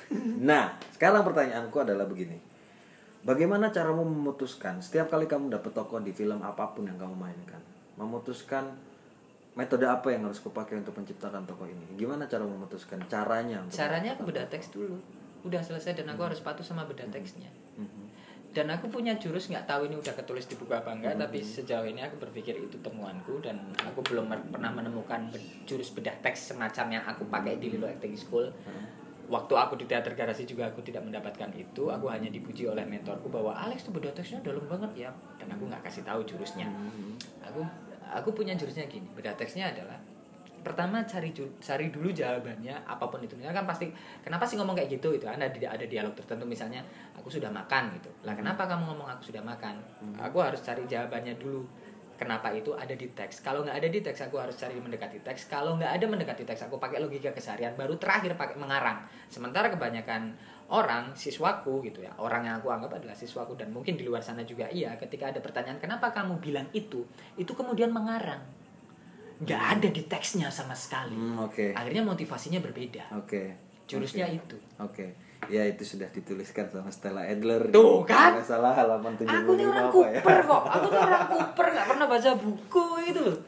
Nah, sekarang pertanyaanku adalah begini. Bagaimana caramu memutuskan setiap kali kamu dapat tokoh di film apapun yang kamu mainkan, memutuskan metode apa yang harus kupakai untuk menciptakan tokoh ini? Gimana cara memutuskan caranya? Caranya aku bedah teks dulu. Udah selesai dan aku harus patuh sama bedah teksnya. Dan aku punya jurus, nggak tahu ini udah ketulis di buku apa enggak, tapi sejauh ini aku berpikir itu temuanku dan aku belum pernah menemukan jurus bedah teks semacam yang aku pakai di Lilo Acting School. Waktu aku di teater garasi juga aku tidak mendapatkan itu. Aku hanya dipuji oleh mentorku bahwa Alex tuh bedah teksnya dalam banget ya, dan aku nggak kasih tahu jurusnya. Aku punya jurusnya gini. Bedah teksnya adalah pertama cari dulu jawabannya apapun itu. Misalnya kan pasti kenapa sih ngomong kayak gitu itu ada dialog tertentu, misalnya aku sudah makan gitu. Lah kenapa kamu ngomong aku sudah makan? Aku harus cari jawabannya dulu. Kenapa itu ada di teks? Kalau nggak ada di teks aku harus cari mendekati teks. Kalau nggak ada mendekati teks aku pakai logika keseharian. Baru terakhir pakai mengarang. Sementara kebanyakan orang, siswaku gitu ya, orang yang aku anggap adalah siswaku dan mungkin di luar sana juga iya, ketika ada pertanyaan kenapa kamu bilang itu kemudian mengarang. Nggak ada di teksnya sama sekali. Akhirnya motivasinya berbeda. Jurusnya itu. Ya itu sudah dituliskan sama Stella Adler. Tuh kan? Nggak salah halaman 75 aku nih orang Cooper ya? Kok. Aku tuh orang Cooper, nggak pernah baca buku itu loh.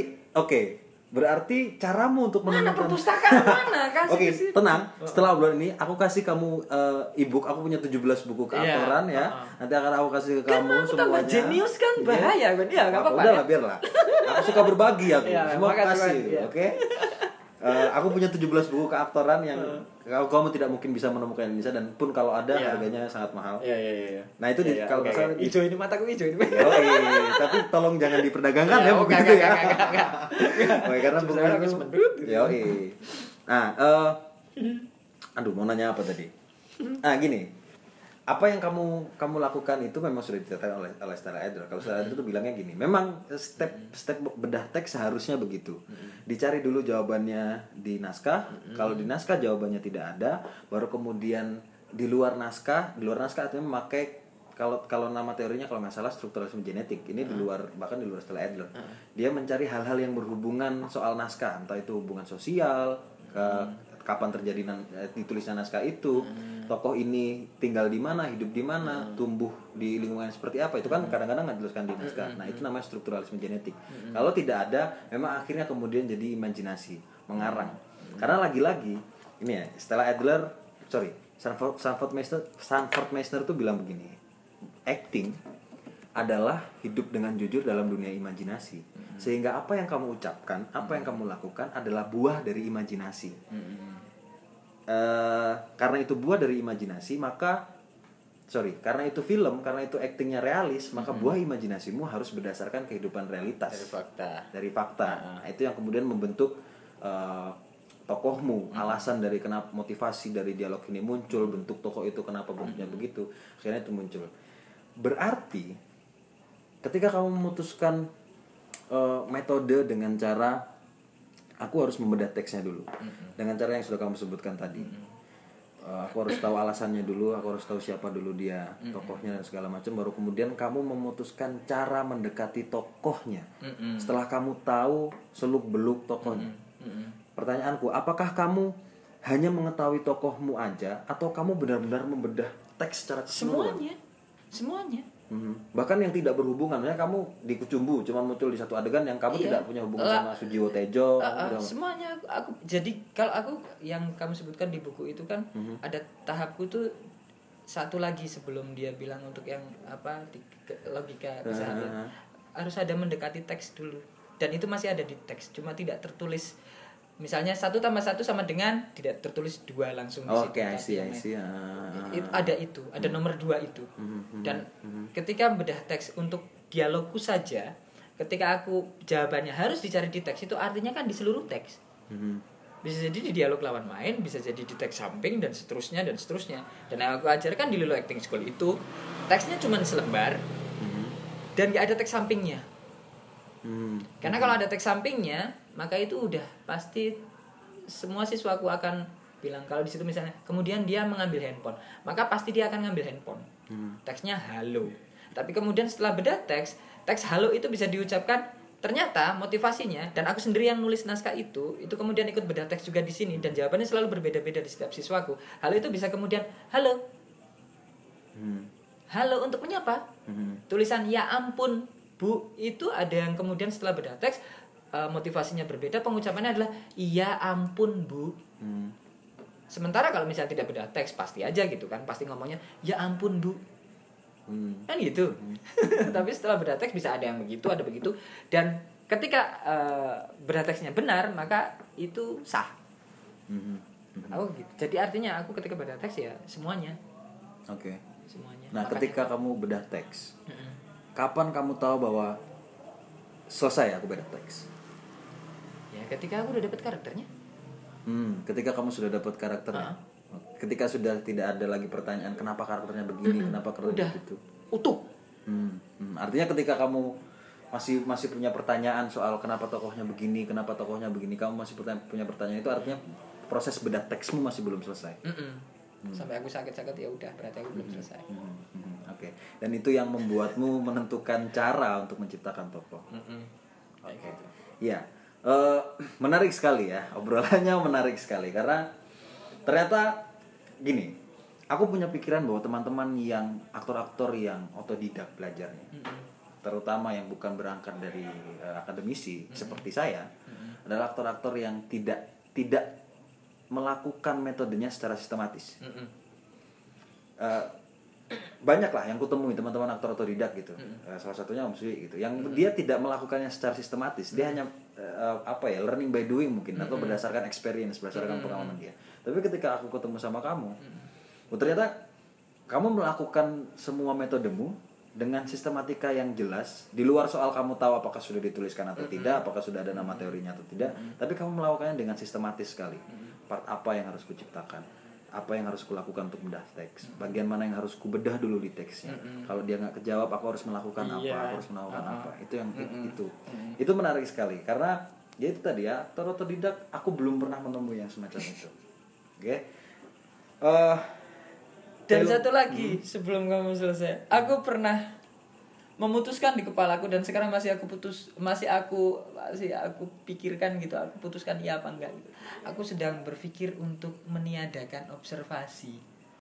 Berarti caramu untuk mana perpustakaan mana kan? Tenang. Setelah obrolan ini aku kasih kamu e-book. Aku punya 17 buku keaktoran ya. Nanti akan aku kasih ke kamu aku semuanya. Jenius kan bahaya kan? Ya nggak apa-apa. Udahlah biarlah. Aku suka berbagi aku. Semua kasih. Ya. Oke. Aku punya 17 buku keaktoran yang kamu tidak mungkin bisa menemukan di Indonesia, dan pun kalau ada harganya sangat mahal. Iya. Nah itu kalau nggak salah hijau ini mataku hijau ini. Tapi tolong jangan diperdagangkan ya begitu ya. Karena buku itu. Nah, aduh mau nanya apa tadi? Gini. Apa yang kamu lakukan itu memang sudah ditetapkan oleh Stella Adler. Kalau Stella Adler itu bilangnya gini, memang step bedah teks seharusnya begitu. Dicari dulu jawabannya di naskah. Kalau di naskah jawabannya tidak ada, baru kemudian di luar naskah artinya memakai kalau nama teorinya kalau nggak salah strukturalisme genetik. Ini di luar, bahkan di luar Stella Adler. Dia mencari hal-hal yang berhubungan soal naskah, entah itu hubungan sosial, kapan terjadi ditulisnya naskah itu, tokoh ini tinggal di mana, hidup di mana, tumbuh di lingkungan seperti apa, itu kan kadang-kadang nggak dijelaskan di naskah. Nah itu namanya strukturalisme genetik. Kalau tidak ada, memang akhirnya kemudian jadi imajinasi, mengarang. Karena lagi-lagi ini ya, Stella Adler, Sanford Meisner tuh bilang begini, acting adalah hidup dengan jujur dalam dunia imajinasi. Sehingga apa yang kamu ucapkan, apa yang kamu lakukan adalah buah dari imajinasi. Karena itu buah dari imajinasi, karena itu film, karena itu aktingnya realis, maka buah imajinasimu harus berdasarkan kehidupan realitas. Dari fakta. Nah, itu yang kemudian membentuk tokohmu, alasan dari kenapa, motivasi dari dialog ini muncul, bentuk tokoh itu kenapa bentuknya begitu, akhirnya itu muncul. Berarti ketika kamu memutuskan metode dengan cara aku harus membedah teksnya dulu, dengan cara yang sudah kamu sebutkan tadi, aku harus tahu alasannya dulu, aku harus tahu siapa dulu dia, tokohnya dan segala macam, baru kemudian kamu memutuskan cara mendekati tokohnya. Setelah kamu tahu seluk beluk tokohnya, pertanyaanku, apakah kamu hanya mengetahui tokohmu aja, atau kamu benar-benar membedah teks secara keseluruhan? Semuanya. Bahkan yang tidak berhubungan, misalnya kamu di Kucumbu cuma muncul di satu adegan yang kamu tidak punya hubungan sama Sujiwo Tejo. Semuanya aku jadi kalau aku yang kamu sebutkan di buku itu kan ada tahapku tuh satu lagi sebelum dia bilang untuk yang logika keseharian harus ada mendekati teks dulu, dan itu masih ada di teks cuma tidak tertulis. Misalnya 1 + 1 sama dengan tidak tertulis 2 langsung di situ. Ada nomor 2 itu. Dan ketika bedah teks untuk dialogku saja, ketika aku jawabannya harus dicari di teks, itu artinya kan di seluruh teks. Bisa jadi di dialog lawan main, bisa jadi di teks samping dan seterusnya. Dan yang aku ajarkan di Lilo Acting School itu teksnya cuma selembar dan gak ada teks sampingnya. Karena kalau ada teks sampingnya, maka itu udah pasti semua siswaku akan bilang kalau di situ misalnya kemudian dia mengambil handphone, maka pasti dia akan ngambil handphone. Teksnya halo. Tapi kemudian setelah bedah teks halo itu bisa diucapkan ternyata motivasinya, dan aku sendiri yang nulis naskah itu kemudian ikut bedah teks juga di sini, dan jawabannya selalu berbeda-beda di setiap siswaku. Hal itu bisa kemudian halo untuk menyapa. Tulisan ya ampun Bu itu ada yang kemudian setelah bedah teks motivasinya berbeda, pengucapannya adalah iya ampun Bu. Sementara kalau misalnya tidak bedah teks pasti aja gitu kan, pasti ngomongnya ya ampun Bu. Kan gitu. Tapi setelah bedah teks bisa ada yang begitu, ada begitu, dan ketika bedah teksnya benar maka itu sah. Aku gitu. Jadi artinya aku ketika bedah teks ya semuanya. Oke. Semuanya. Nah, makanya ketika kamu bedah teks, kapan kamu tahu bahwa selesai aku bedah teks? Ya ketika aku udah dapat karakternya. Ketika kamu sudah dapat karakternya. Ketika sudah tidak ada lagi pertanyaan kenapa karakternya begini, kenapa karakternya begitu. Utuh. Artinya ketika kamu masih punya pertanyaan soal kenapa tokohnya begini, kamu masih punya pertanyaan, itu artinya proses bedah teksmu masih belum selesai. Sampai aku sakit-sakit ya udah berarti aku belum selesai. Oke. Dan itu yang membuatmu menentukan cara untuk menciptakan tokoh. Oke. Ya, menarik sekali ya, obrolannya menarik sekali karena ternyata gini, aku punya pikiran bahwa teman-teman yang aktor-aktor yang otodidak belajarnya, terutama yang bukan berangkat dari akademisi seperti saya, adalah aktor-aktor yang tidak melakukan metodenya secara sistematis. Banyak lah yang kutemui teman-teman aktor otodidak gitu. Salah satunya Om Sui gitu. Yang dia tidak melakukannya secara sistematis. Dia hanya learning by doing mungkin, atau berdasarkan experience, berdasarkan pengalaman dia. Tapi ketika aku ketemu sama kamu, ternyata kamu melakukan semua metodemu dengan sistematika yang jelas, di luar soal kamu tahu apakah sudah dituliskan atau tidak, apakah sudah ada nama teorinya atau tidak, tapi kamu melakukannya dengan sistematis sekali. Part apa yang harus kuciptakan, apa yang harus kulakukan untuk bedah teks, bagian mana yang harus kubedah dulu di teksnya. Kalau dia nggak kejawab, aku harus melakukan apa, aku harus melakukan apa. Itu yang itu menarik sekali karena ya itu tadi ya, aktor otodidak aku belum pernah menemui yang semacam itu. Oke. Dan satu lagi sebelum kamu selesai, aku pernah memutuskan di kepalaku dan sekarang masih aku pikirkan gitu, aku putuskan iya apa enggak gitu. Aku sedang berpikir untuk meniadakan observasi.